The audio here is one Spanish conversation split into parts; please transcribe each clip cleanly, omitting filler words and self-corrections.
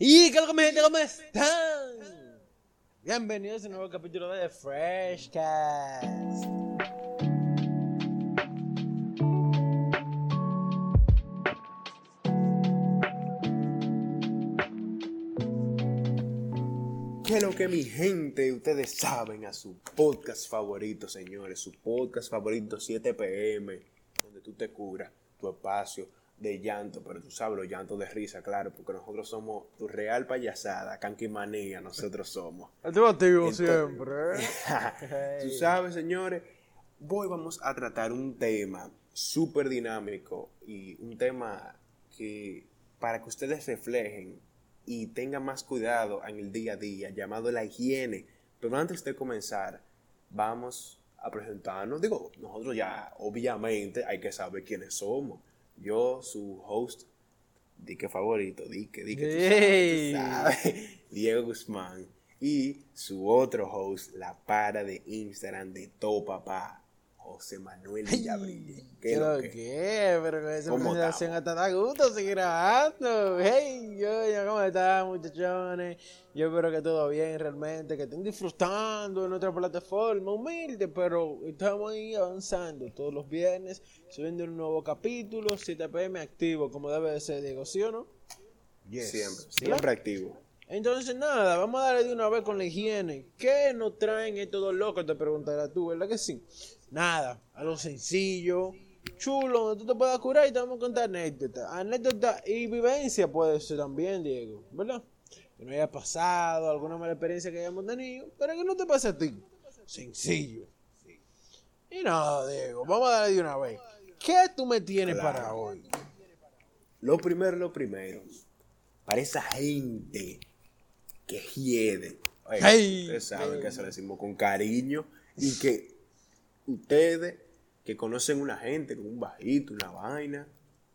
¿Y qué es lo que mi gente? ¿Cómo están? Bienvenidos a un nuevo capítulo de Freshcast. ¿Qué es lo que mi gente? Ustedes saben a su podcast favorito, señores. Su podcast favorito 7 PM, donde tú te curas tu espacio de llanto, pero tú sabes, los llantos de risa, claro, porque nosotros somos tu real payasada, canquimanía, nosotros somos. Activo siempre, Tú sabes, señores, hoy vamos a tratar un tema súper dinámico y un tema que para que ustedes reflejen y tengan más cuidado en el día a día, llamado la higiene. Pero antes de comenzar, vamos a presentarnos. Digo, nosotros ya, obviamente, hay que saber quiénes somos. Yo, su host, dique favorito, dique, tú sabes, Diego Guzmán. Y su otro host, la para de Instagram de todo papá, José Manuel Villabrille. ¿Qué lo que? Pero con esa presentación hasta da gusto seguir grabando. Hey, ¿cómo están, muchachones? Yo espero que todo bien realmente, que estén disfrutando de nuestra plataforma, humilde, pero estamos ahí avanzando todos los viernes, subiendo un nuevo capítulo, 7 PM activo, como debe de ser, Diego, ¿sí o no? Yes. Siempre activo. Entonces nada, vamos a darle de una vez con la higiene. ¿Qué nos traen estos dos locos? Te preguntarás tú, ¿verdad que sí? Nada, algo sencillo, chulo, donde tú te puedas curar y te vamos a contar anécdotas y vivencia puede ser también, Diego, ¿verdad? Que no haya pasado, alguna mala experiencia que hayamos tenido, pero que no te pase a ti. Sencillo. Y nada, Diego, vamos a darle de una vez. ¿Qué tú me tienes para hoy? Lo primero. Para esa gente que hiede. Ustedes saben que se lo decimos con cariño y que ustedes que conocen una gente con un bajito, una vaina,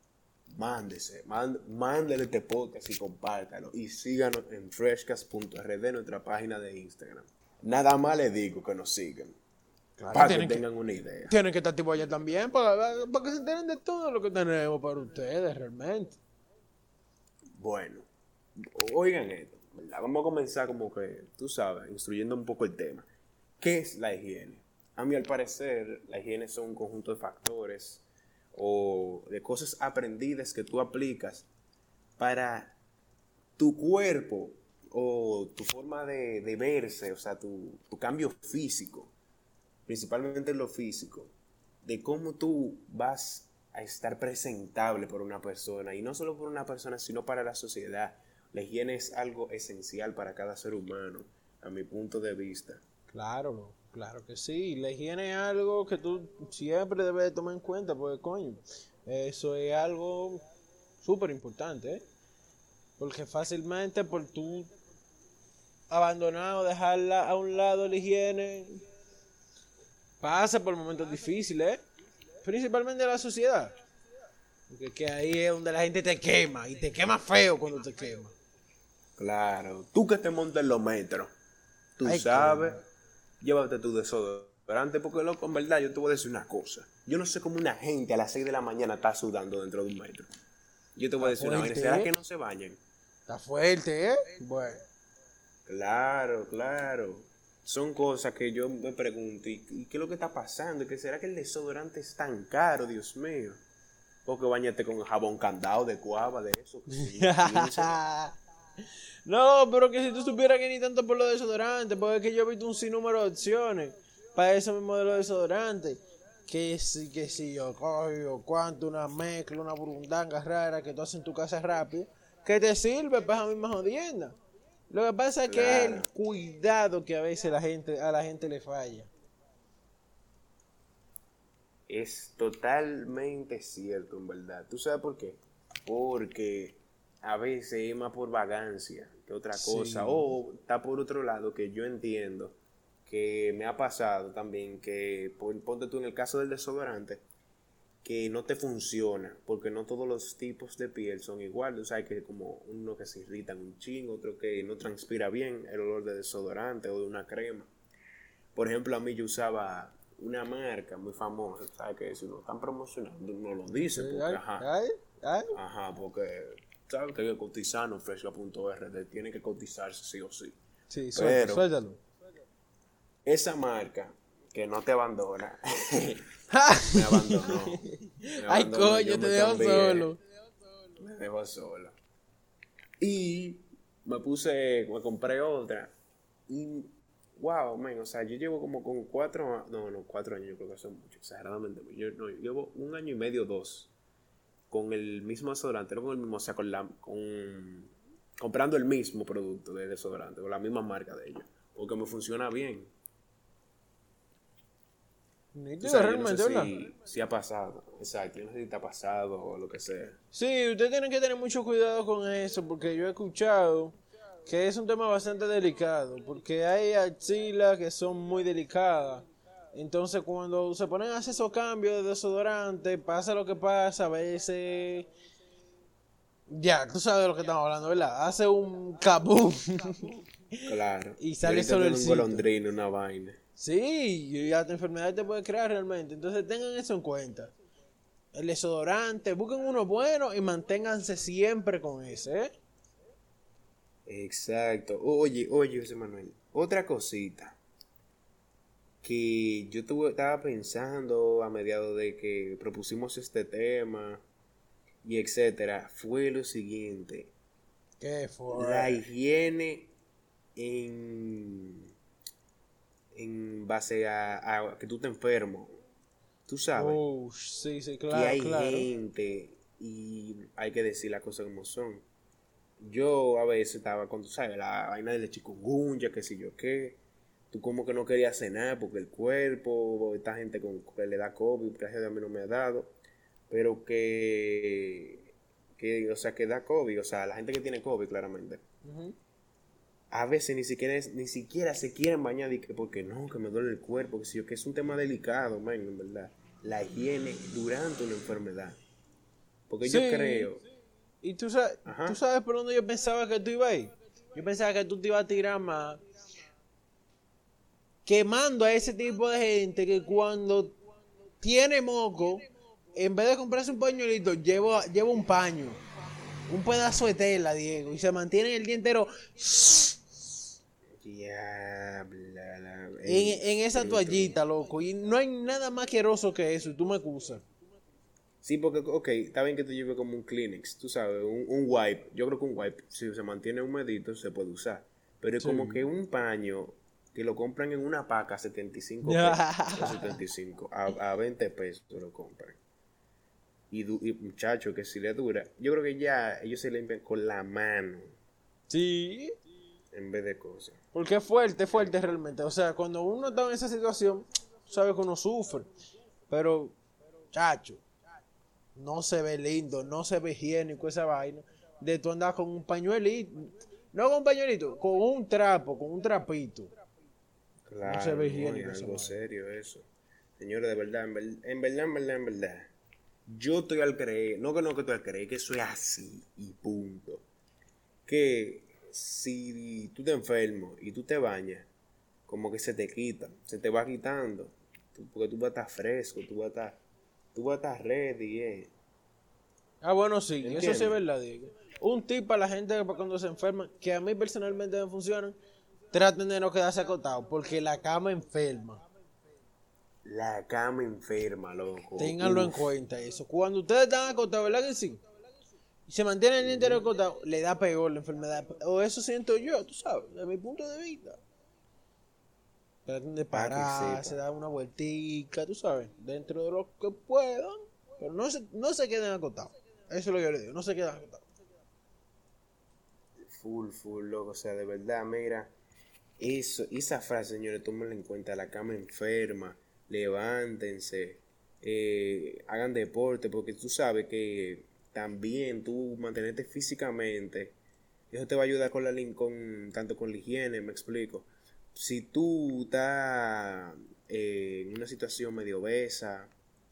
mándele este podcast y compártalo. Y síganos en freshcast.rd, nuestra página de Instagram. Nada más les digo que nos sigan. Claro, para que tengan una idea. Tienen que estar tipo allá también para que se enteren de todo lo que tenemos para ustedes realmente. Bueno, oigan esto, ¿verdad? Vamos a comenzar como que, tú sabes, instruyendo un poco el tema. ¿Qué es la higiene? A mí, al parecer, la higiene son un conjunto de factores o de cosas aprendidas que tú aplicas para tu cuerpo o tu forma de verse, o sea, tu cambio físico, principalmente en lo físico, de cómo tú vas a estar presentable por una persona, y no solo por una persona, sino para la sociedad. La higiene es algo esencial para cada ser humano, a mi punto de vista. Claro que sí. La higiene es algo que tú siempre debes de tomar en cuenta, porque coño, eso es algo súper importante, ¿eh? Porque fácilmente por tú abandonar o dejarla a un lado la higiene, pasa por momentos difíciles, ¿eh? Principalmente la sociedad. Porque que ahí es donde la gente te quema, y te quema feo cuando te quema. Claro, tú que te montas en los metros, tú sabes, llévate tu desodorante, porque loco, en verdad, yo te voy a decir una cosa. Yo no sé cómo una gente a las 6 de la mañana está sudando dentro de un metro. Yo te voy a decir una vaina, ¿será que no se bañan? Está fuerte, ¿eh? Bueno. Claro. Son cosas que yo me pregunto, ¿y qué es lo que está pasando? ¿Y será que el desodorante es tan caro, Dios mío? Porque bañate con jabón candado de cuava, de eso. No, pero que si tú supieras que ni tanto por los desodorantes, porque es que yo he visto un sinnúmero de opciones para ese mismo de los desodorantes. Que sí, yo cojo, cuánto, una mezcla, una burundanga rara que tú haces en tu casa rápido, que te sirve para esa misma jodienda. Lo que pasa es que es el cuidado que a veces a la gente le falla. Es totalmente cierto, en verdad. ¿Tú sabes por qué? Porque a veces es más por vagancia que otra cosa. O está por otro lado, que yo entiendo que me ha pasado también, que ponte tú en el caso del desodorante, que no te funciona, porque no todos los tipos de piel son iguales. O sea, hay que como uno que se irrita un chin, otro que no transpira bien el olor de desodorante o de una crema. Por ejemplo, a mí yo usaba una marca muy famosa, ¿sabes? Que si no están promocionando, no lo dice, porque, ajá, porque sabes que hay que cotizar, no Fresca.rd, tiene que cotizarse sí o sí. Sí, Pero suéltalo. esa marca que no te abandona, me abandonó. Me Ay, abandonó, coño, yo te me dejo cambié, solo. me dejó solo. Y me compré otra. Y, wow, man, o sea, yo llevo como con 4 años, yo creo que son mucho, exageradamente. Yo llevo 1 año y medio, 2, con el mismo desodorante, no con el mismo, o sea, comprando el mismo producto de desodorante, con la misma marca de ellos, porque me funciona bien. O Nítido, sea, yo no sé realmente, ¿verdad? si ha pasado, exacto, yo no sé si te ha pasado o lo que sea. Sí, usted tiene que tener mucho cuidado con eso, porque yo he escuchado que es un tema bastante delicado, porque hay axilas que son muy delicadas. Entonces, cuando se ponen a hacer esos cambios de desodorante, pasa lo que pasa, a veces. Ya, tú sabes de lo que estamos hablando, ¿verdad? Hace un kabum Claro, y y sale ahorita tiene un solercito. golondrino, una vaina. Sí, y hasta enfermedad te puede crear realmente. Entonces, tengan eso en cuenta. El desodorante, busquen uno bueno y manténganse siempre con ese, ¿eh? Exacto. Oye, José Manuel, otra cosita que estaba pensando a mediados de que propusimos este tema y etcétera, fue lo siguiente: ¿Qué la fue? higiene en, en base a que tú te enfermo. Tú sabes Sí, sí, que claro, hay claro. gente y hay que decir las cosas como son. Yo a veces estaba con, tú sabes, la vaina del chikungunya, qué sé yo qué. Tú como que no querías cenar porque el cuerpo, esta gente que le da COVID, gracias a Dios a mí no me ha dado, pero o sea, que da COVID, o sea, la gente que tiene COVID claramente, Ujú. a veces ni siquiera se quieren bañar y que porque no, que me duele el cuerpo, que sé yo, que es un tema delicado, man, en verdad. La higiene durante una enfermedad. Porque yo Sí, creo, y tú ajá, sabes por dónde yo pensaba que tú ibas a ir. Yo pensaba que tú te ibas a tirar más quemando a ese tipo de gente que cuando tiene moco, en vez de comprarse un pañuelito, lleva un paño, un pedazo de tela, Diego, y se mantiene el día entero diabla, ey, en esa true. toallita, loco. Y no hay nada más asqueroso que eso, y tú me excusas. Sí, porque, ok, está bien que te lleve como un Kleenex, tú sabes, un wipe. Yo creo que un wipe, si se mantiene humedito, se puede usar. Pero es como que Sí. un paño que lo compran en una paca a 75 pesos, o 75, a 20 pesos lo compran. Y muchacho, que si le dura, yo creo que ya ellos se limpian con la mano Sí, en vez de cosas. porque es fuerte realmente. O sea, cuando uno está en esa situación, sabe que uno sufre. Pero, chacho, no se ve lindo, no se ve higiénico esa vaina. De tú andar con un pañuelito, no con un pañuelito, con un trapo, con un trapito. No se Claro, ve no, es higiénico esa algo vaina. serio eso. Señores, de verdad, en verdad. Yo estoy al creer, no que estoy al creer, que eso es así y punto. Que si tú te enfermas y tú te bañas, como que se te quita, se te va quitando, porque tú vas a estar fresco, tú vas a estar ready, Ah, bueno, sí, eso sí es ¿entiendes? verdad, Diego. Un tip para la gente que para cuando se enferma, que a mí personalmente me funcionan, traten de no quedarse acotados, porque la cama enferma. La cama enferma, loco, Ténganlo en uff. cuenta eso. Cuando ustedes están acotados, ¿verdad que sí? Y se mantienen el día entero acotado, le da peor la enfermedad. O eso siento yo, tú sabes, de mi punto de vista. Traten de Para que pararse, sepa. dar una vueltica, tú sabes, dentro de lo que puedan. Pero no se queden acotados. Eso es lo que yo les digo, no se queden acotados. Full, loco, o sea, de verdad, mira. Esa frase, señores, tómenla en cuenta. La cama enferma, levántense, hagan deporte, porque tú sabes que también tú mantenerte físicamente, eso te va a ayudar tanto con la higiene, me explico. Si tú estás en una situación medio obesa,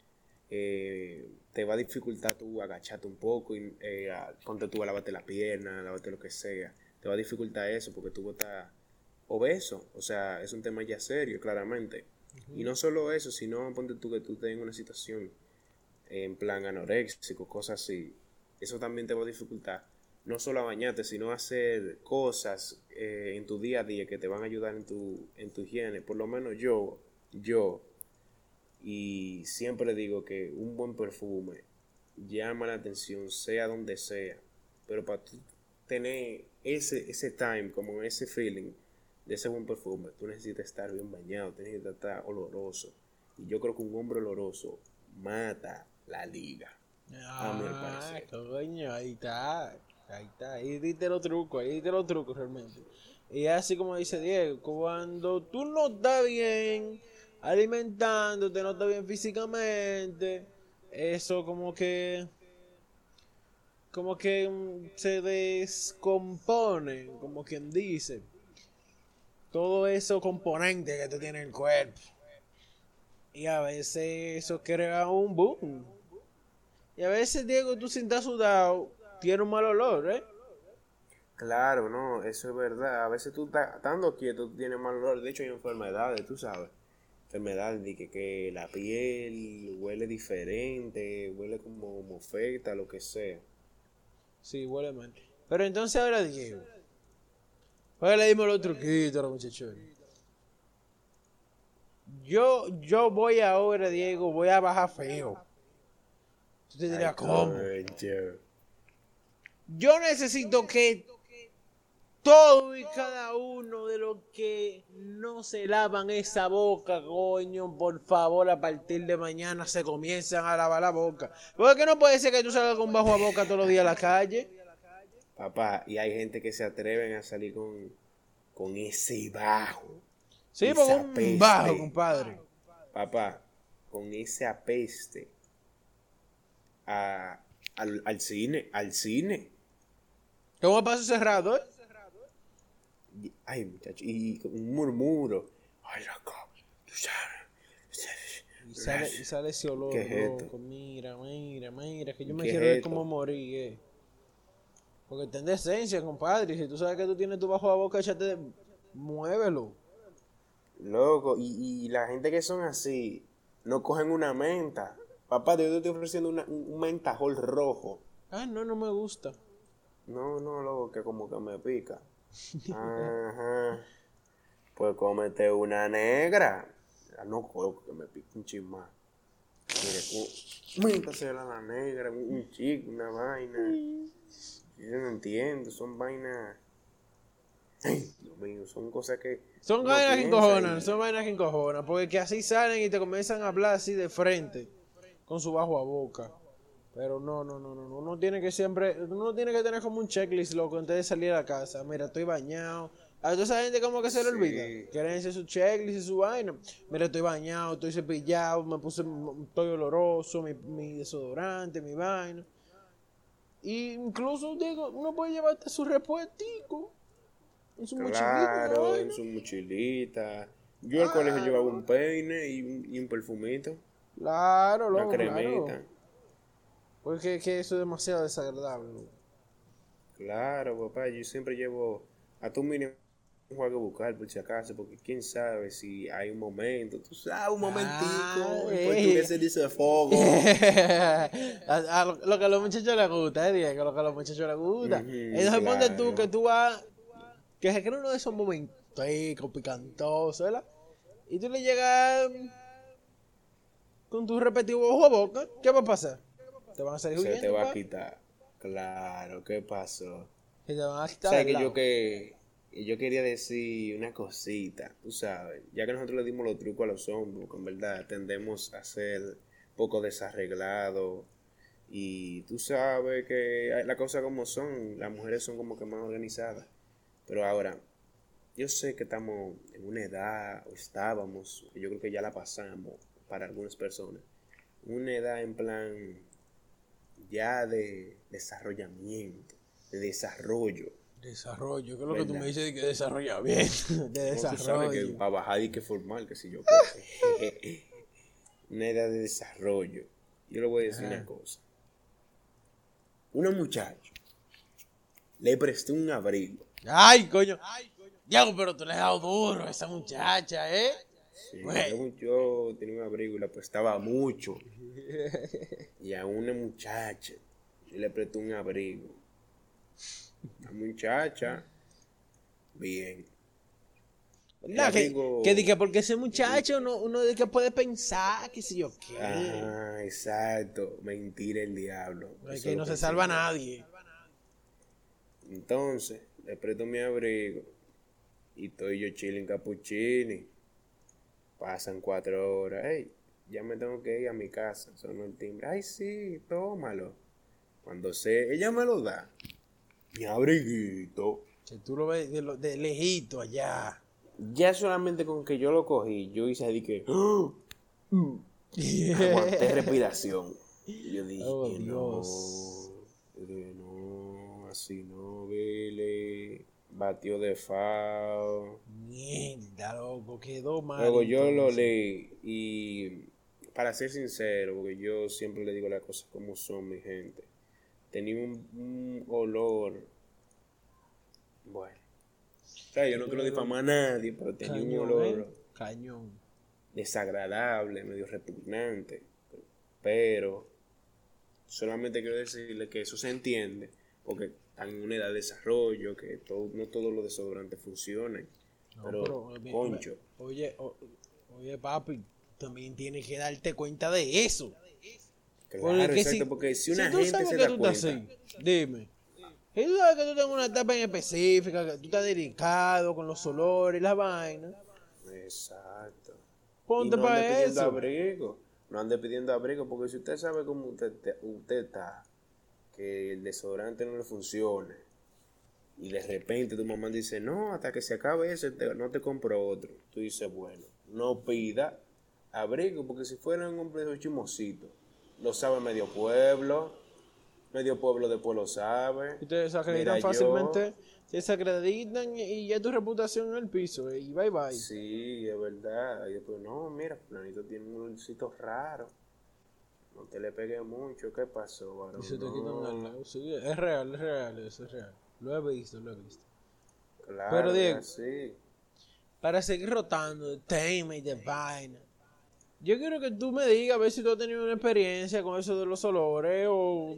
te va a dificultar tú agacharte un poco y ponte tú a lavarte la pierna, lavarte lo que sea. Te va a dificultar eso porque tú estás obeso. O sea, es un tema ya serio, claramente. Y no solo eso, sino ponte tú que tú estés en una situación en plan anoréxico, cosas así. Eso también te va a dificultar. no solo a bañarte, sino a hacer cosas en tu día a día que te van a ayudar en tu higiene. Por lo menos yo, y siempre digo que un buen perfume llama la atención, sea donde sea, pero para tú tener ese time, como ese feeling de ese buen perfume, tú necesitas estar bien bañado, tú necesitas estar oloroso. Y yo creo que un hombre oloroso mata la liga, a mi parecer. Coño, ahí diste los trucos realmente. Y así como dice Diego, cuando tú no estás bien alimentándote, no estás bien físicamente, eso como que se descompone, como quien dice, todo esos componentes que tú tienes en el cuerpo. Y a veces eso crea un boom. Y a veces, Diego, tú sin estar sudado, tiene un mal olor, ¿eh? Claro, no, eso es verdad. A veces tú estando quieto, tú tienes mal olor. De hecho, hay enfermedades, tú sabes. Enfermedades de que la piel huele diferente, huele como mofeta, lo que sea. Sí, huele mal. Pero entonces ahora, Diego, ahora le dimos los truquitos a los muchachos. Yo voy ahora, Diego, voy a bajar feo. Tú te dirás, Ay, ¿cómo? coño. Yo necesito que todo y cada uno de los que no se lavan esa boca, coño, por favor, a partir de mañana se comienzan a lavar la boca. Porque no puede ser que tú salgas con bajo a boca todos los días a la calle. Papá, y hay gente que se atreven a salir con ese bajo, Sí, con esa un bajo, peste. compadre. Papá, con esa peste al cine. ¿Cómo paso cerrado, eh? Ay, muchacho, y con un murmuro. Ay, loco, tú sabes. Y sale ese olor, ¿Qué es esto? loco. Mira, que yo me ¿Qué quiero es ver esto? cómo morir, Porque ten decencia, compadre. Si tú sabes que tú tienes tu bajo a boca, muévelo. Loco, y la gente que son así, no cogen una menta. Papá, yo te estoy ofreciendo un mentajol rojo. Ah, no, no me gusta. No, loco, que como que me pica. Ajá. Pues cómete una negra. No, loco, que me pica un chismán. Mire, méntasela a la negra, un chico, una vaina. Yo no entiendo, son vainas. Ay, Dios mío, son cosas que Son uno vainas que piensa encojonan, y. son vainas que encojonan. Porque que así salen y te comienzan a hablar así de frente, con su bajo a boca. Pero no. Uno tiene que tener como un checklist, loco, antes de salir a la casa. Mira, estoy bañado. A toda esa gente como que se le olvida. Sí, Quieren hacer su checklist y su vaina. Mira, estoy bañado, estoy cepillado, estoy oloroso, mi desodorante, mi vaina. Y incluso, digo, uno puede llevarte su repuestico en su mochilita, una claro, en vaina. su mochilita. Yo al colegio llevaba un Claro, peine y un perfumito, claro, una loco, claro. cremita. Porque que eso es demasiado desagradable, loco. Claro, papá, yo siempre llevo a tu mínimo un juego bucal por si acaso, porque quién sabe si hay un momento, tú sabes, un Ah, momentico, en portugués se dice fuego. a lo que a los muchachos les gusta, Diego, lo que a los muchachos les gusta. Ujú, Entonces ponte tú que claro, tú vas, que se crea uno de esos momentos picantosos, ¿verdad? Y tú le llegas con tu respectivo ojo a boca, ¿qué va a pasar? Te van a salir se te huyendo, va a pa. quitar. Claro, ¿qué pasó? Y te van a quitar ¿Sabes del que lado. yo quería decir una cosita, tú sabes, ya que nosotros le dimos los trucos a los hombres, porque en verdad tendemos a ser poco desarreglados y tú sabes que las cosas como son, las mujeres son como que más organizadas, pero ahora, yo sé que estamos en una edad, o estábamos, yo creo que ya la pasamos para algunas personas, una edad en plan ya de desarrollamiento, de desarrollo. Desarrollo, ¿qué es lo que tú me ¿Verdad? dices de que desarrolla bien? De No, tú sabes que desarrollo. para bajar y que formal, que si yo qué. Una edad de desarrollo. Yo le voy a decir una Ajá. cosa. Una muchacha le presté un abrigo. Ay, coño. Diego, pero tú le has dado duro a esa muchacha, ¿eh? Sí, Güey. yo tenía un abrigo y le prestaba mucho. Y a una muchacha yo le presté un abrigo. La muchacha, bien. ¿Verdad? Que porque ese muchacho uno de que puede pensar, que si yo qué. Ajá, exacto. Mentira el diablo. Es Eso que lo no se pensé salva yo. nadie. Entonces, le presto mi abrigo y estoy yo chilling capuchini. Pasan 4 horas. Ey, ya me tengo que ir a mi casa. Sonó el timbre. Ay, sí, tómalo. Cuando ella me lo da. Mi abriguito. Que tú lo ves de lejito allá. Ya solamente con que yo lo cogí, yo hice así que aguanté respiración. Y yo dije, Oh, no, Dios. yo dije, no, así no, vele. Batió de FAO. Mierda, loco, quedó mal. Luego yo lo entonces. leí y para ser sincero, porque yo siempre le digo las cosas como son, mi gente. Tenía un olor, bueno. O sea, yo no quiero difamar a nadie, pero tenía un Cañón, olor Cañón. desagradable, medio repugnante. Pero solamente quiero decirle que eso se entiende, porque están en una edad de desarrollo, que no todos los desodorantes funcionan. No, pero, pero, concho, oye, papi, también tienes que darte cuenta de eso. claro, exacto, porque si una tú gente sabes se que da tú estás cuenta, así, dime. Si tú sabes que tú tienes una etapa en específica, que tú estás delicado con los olores y la vaina, exacto. Y ponte no ande para pidiendo eso. abrigo, no ande pidiendo abrigo, porque si usted sabe cómo usted está, que el desodorante no le funcione, y de repente tu mamá dice, no, hasta que se acabe ese, no te compro otro. Tú dices, bueno, no pida abrigo, porque si fuera un hombre de chismosito, lo sabe medio pueblo después lo sabe. Y te Mira desacreditan yo, fácilmente, te desacreditan y ya tu reputación en el piso, y bye bye. sí, es verdad. Y después, no, mira, planito tiene un olorcito raro. No te le pegué mucho, ¿qué pasó, varón? Y se te quitan al No, lado. Sí, es real, eso es real. Lo he visto, lo he visto. Pero claro, es Diego, así. para seguir rotando de tema y de vaina, yo quiero que tú me digas a ver si tú has tenido una experiencia con eso de los olores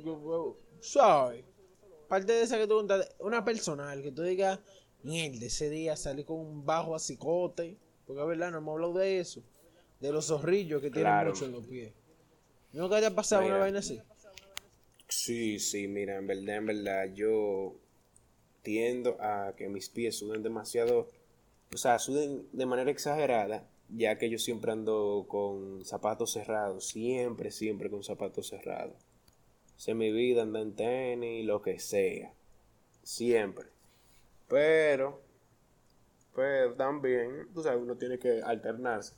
¿sabes? Parte de esa que tú contaste, una personal, que tú digas, mierda, ese día salí con un bajo a cicote, porque es verdad, no hemos hablado de eso, de los zorrillos que tienen Claro, mucho en los pies. ¿No te haya pasado una mira. vaina así? Sí, mira, en verdad, yo tiendo a que mis pies suden demasiado, o sea, suden de manera exagerada, ya que yo siempre ando con zapatos cerrados, siempre con zapatos cerrados. Sé mi vida, ando en tenis, lo que sea, siempre. Pero, pero también, tú sabes, uno tiene que alternarse,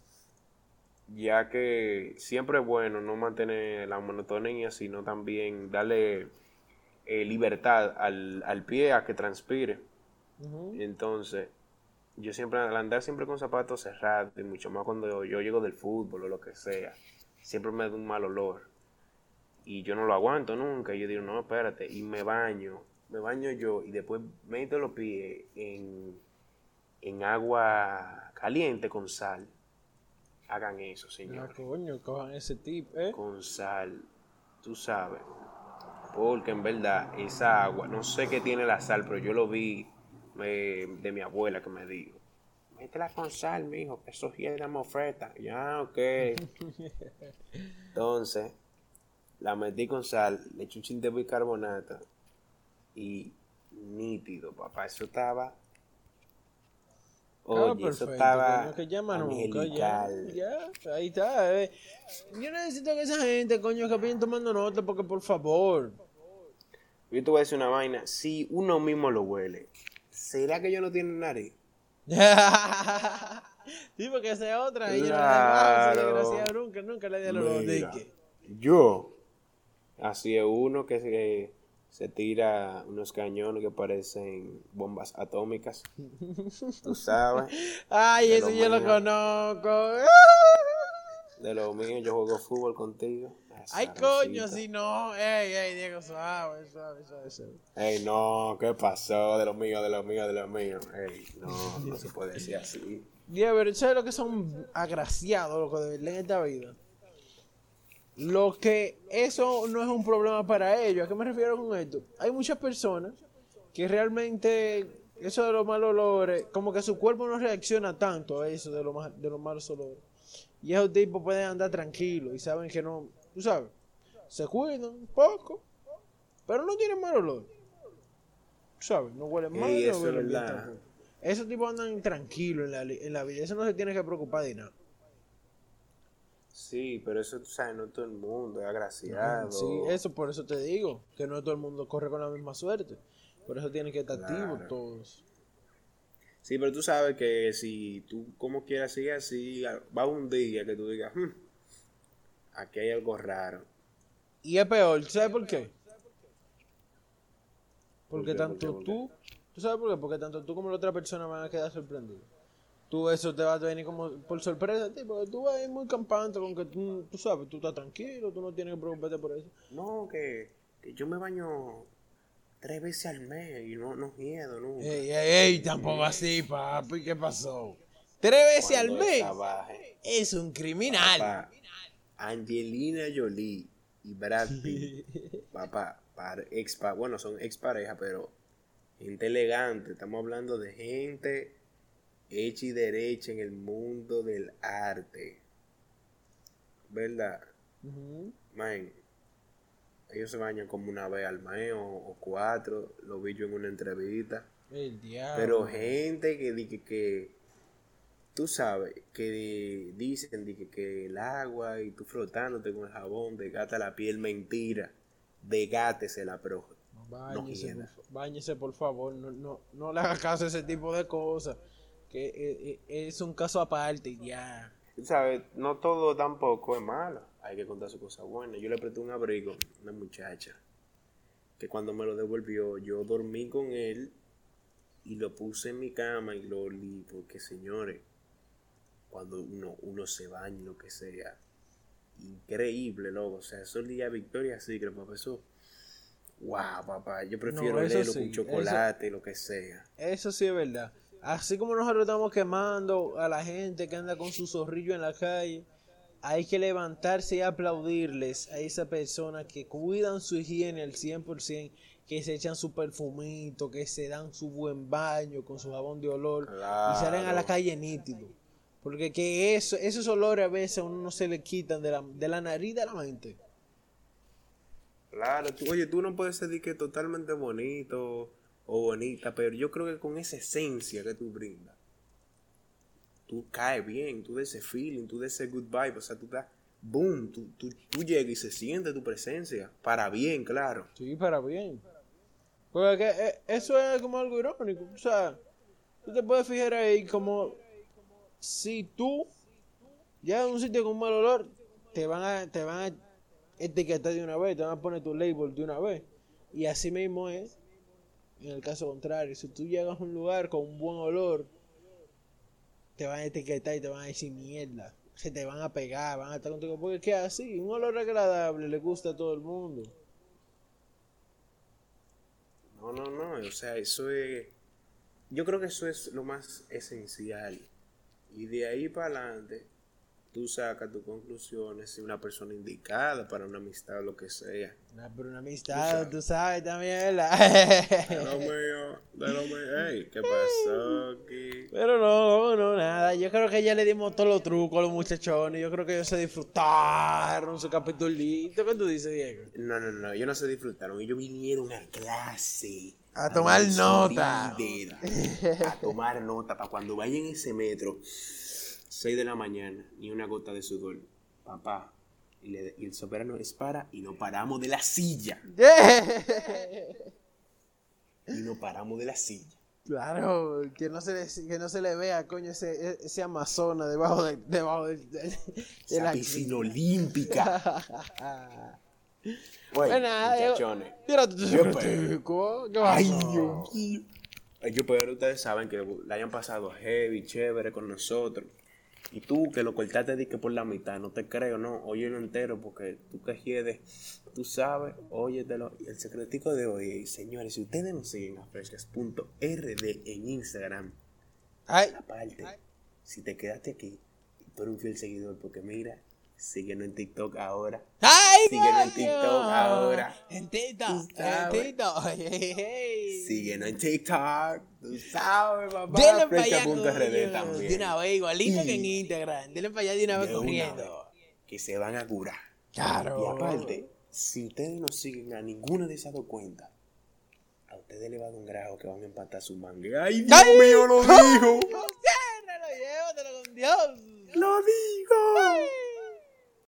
ya que siempre es bueno no mantener la monotonía, sino también darle libertad al pie a que transpire. Ujú. Entonces, yo siempre, al andar siempre con zapatos cerrados, y mucho más cuando yo llego del fútbol o lo que sea, siempre me da un mal olor. Y yo no lo aguanto nunca. Y yo digo, no, espérate. Y me baño yo y después meto los pies en agua caliente con sal. Hagan eso, Ah, señores. coño, cojan ese tip, Con sal, tú sabes. Porque en verdad, esa agua, no sé qué tiene la sal, pero yo lo vi de mi abuela que me dijo. Métela con sal, mijo, que eso gira mofeta. Ya, ok. Entonces, la metí con sal, le eché un chin de bicarbonato y nítido, papá. Eso estaba, Estaba oye, eso perfecto, coño, estaba que llama nunca, angelical. ahí está. Yo necesito que esa gente, coño, que vayan tomando nota, porque por favor. Yo te voy a decir una vaina, si uno mismo lo huele, ¿será que ellos no tienen nariz? Sí, porque esa es otra, ellos no le dan bajo, ese Claro, desgraciado nunca le dan los mira, diques. yo, así es uno que se tira unos cañones que parecen bombas atómicas, tú sabes, Ay, de eso lo yo lo mío, conozco. yo juego fútbol contigo, Ay, esa coño, rosita. si no. Ey, Diego, suave. Ey, no, ¿qué pasó? De lo mío. Ey, no se puede decir así. Diego, pero ¿sabes lo que son agraciados, loco, de verdad en esta vida? Lo que eso no es un problema para ellos. ¿A qué me refiero con esto? Hay muchas personas que realmente eso de los malos olores, como que su cuerpo no reacciona tanto a eso de los malos olores. Y esos tipos pueden andar tranquilos y saben que no, tú sabes, se cuidan un poco, pero no tienen mal olor. Tú sabes, no huelen mal, Ey, no eso es huelen bien verdad. tampoco. Esos tipos andan tranquilos en la vida, eso no se tiene que preocupar de nada. Sí, pero eso, tú sabes, no todo el mundo es No, sí, agraciado. eso por eso te digo, que no todo el mundo corre con la misma suerte. Por eso tienen que estar activos Claro. todos. Sí, pero tú sabes que si tú como quieras sigue así, va un día que tú digas, aquí hay algo raro. Y es peor, ¿sabes por qué? ¿Por Porque qué? ¿Por qué? tanto ¿Por qué? tú sabes por qué, porque tanto tú como la otra persona van a quedar sorprendidos. Tú eso te va a venir como por sorpresa, tipo, tú vas a ir muy campante con que tú sabes, tú estás tranquilo, tú no tienes que preocuparte por eso. No, que yo me baño 3 veces al mes y no miedo nunca. Ey, tampoco así, papi, ¿qué pasó? 3 veces al Cuando esa mes. baje, Es un criminal. papá, Angelina Jolie y Brad Pitt, papá, bueno, son expareja, pero gente elegante. Estamos hablando de gente hecha y derecha en el mundo del arte. ¿Verdad? Ujú. Man, ellos se bañan como una vez al mes o 4. Lo vi yo en una entrevista. El Pero diablo. gente que tú sabes, que dicen que el agua y tú frotándote con el jabón desgata la piel, mentira. Desgátesela, pero no hieda. Báñese por favor, no le haga caso a ese tipo de cosas. Que es un caso aparte y ya. Tú sabes, no todo tampoco es malo. Hay que contar sus cosas buenas. Yo le presté un abrigo a una muchacha que cuando me lo devolvió, yo dormí con él y lo puse en mi cama y lo olí. Porque, señores, cuando uno se baña, lo que sea, increíble, loco. O sea, eso olía a Victoria's Secret, papá. Eso, wow, papá. Yo No, prefiero eso olerlo con sí, eso, chocolate, lo que sea. eso sí es verdad. Así como nosotros estamos quemando a la gente que anda con su zorrillo en la calle, hay que levantarse y aplaudirles a esa persona que cuidan su higiene al 100%, que se echan su perfumito, que se dan su buen baño con su jabón de olor y salen a la Claro. calle nítido. Porque que esos olores a veces a uno no se le quitan de la nariz de la mente. Claro, oye, tú no puedes ser de que totalmente bonito o bonita, pero yo creo que con esa esencia que tú brindas, tú caes bien, tú de ese feeling, tú de ese good vibe, o sea, tú das, boom, tú llegas y se siente tu presencia, para bien, claro. Sí, para bien. Porque eso es como algo irónico. O sea, tú te puedes fijar ahí como si tú llegas a un sitio con mal olor, te van a etiquetar de una vez, te van a poner tu label de una vez. Y así mismo es en el caso contrario. Si tú llegas a un lugar con un buen olor, te van a etiquetar y te van a decir mierda. Se te van a pegar, van a estar contigo. Porque es que así, un olor agradable le gusta a todo el mundo. No, o sea, eso es, yo creo que eso es lo más esencial. Y de ahí para adelante, tú sacas tus conclusiones si una persona indicada para una amistad o lo que sea. Pero una Tú amistad, sabes. tú sabes también, ¿verdad? De lo mío, ey, ¿qué pasó aquí? Pero no, nada. Yo creo que ya le dimos todos los trucos a los muchachones. Yo creo que ellos se disfrutaron su capitulito. ¿Qué tú dices, Diego? No, ellos no se disfrutaron, ellos vinieron a clase, A a tomar ver su nota. líder, a tomar nota, para cuando vayan en ese metro, 6 de la mañana, ni una gota de sudor, papá, y el soberano es para, y no paramos de la silla, y no paramos de la silla. Claro, que no se le vea, coño, ese amazona de Esa la piscina axila. olímpica. Pues Bueno, nada, muchachones, tírate tu yo espero. secretico. ¿Qué Ay, pasó? Dios mío. Yo espero ustedes saben que la hayan pasado heavy, chévere con nosotros. Y tú que lo cortaste de que por la mitad, no te creo, no, óyelo entero porque tú que quieres, tú sabes, óyetelo. Y el secretico de hoy, señores, si ustedes nos siguen a frescas.rd en Instagram, Ay, aparte, si te quedaste aquí, tú eres un fiel seguidor porque mira, Síguenos en TikTok ahora. ¡Ay, Síguenos en coño! TikTok ahora. En TikTok, Tú en sabes. TikTok. Hey. Síguenos en TikTok. Tú sabes, papá. Denle para allá, Fresca.rd coño, también. de una vez, igualito que en Y Instagram. Denle para allá de una vez de una corriendo. vez, que se van a curar. Claro. Y aparte, si ustedes no siguen a ninguna de esas dos cuentas, a ustedes les va a dar un grajo que van a empatar su manga. ¡Ay, Dios mío, lo dijo!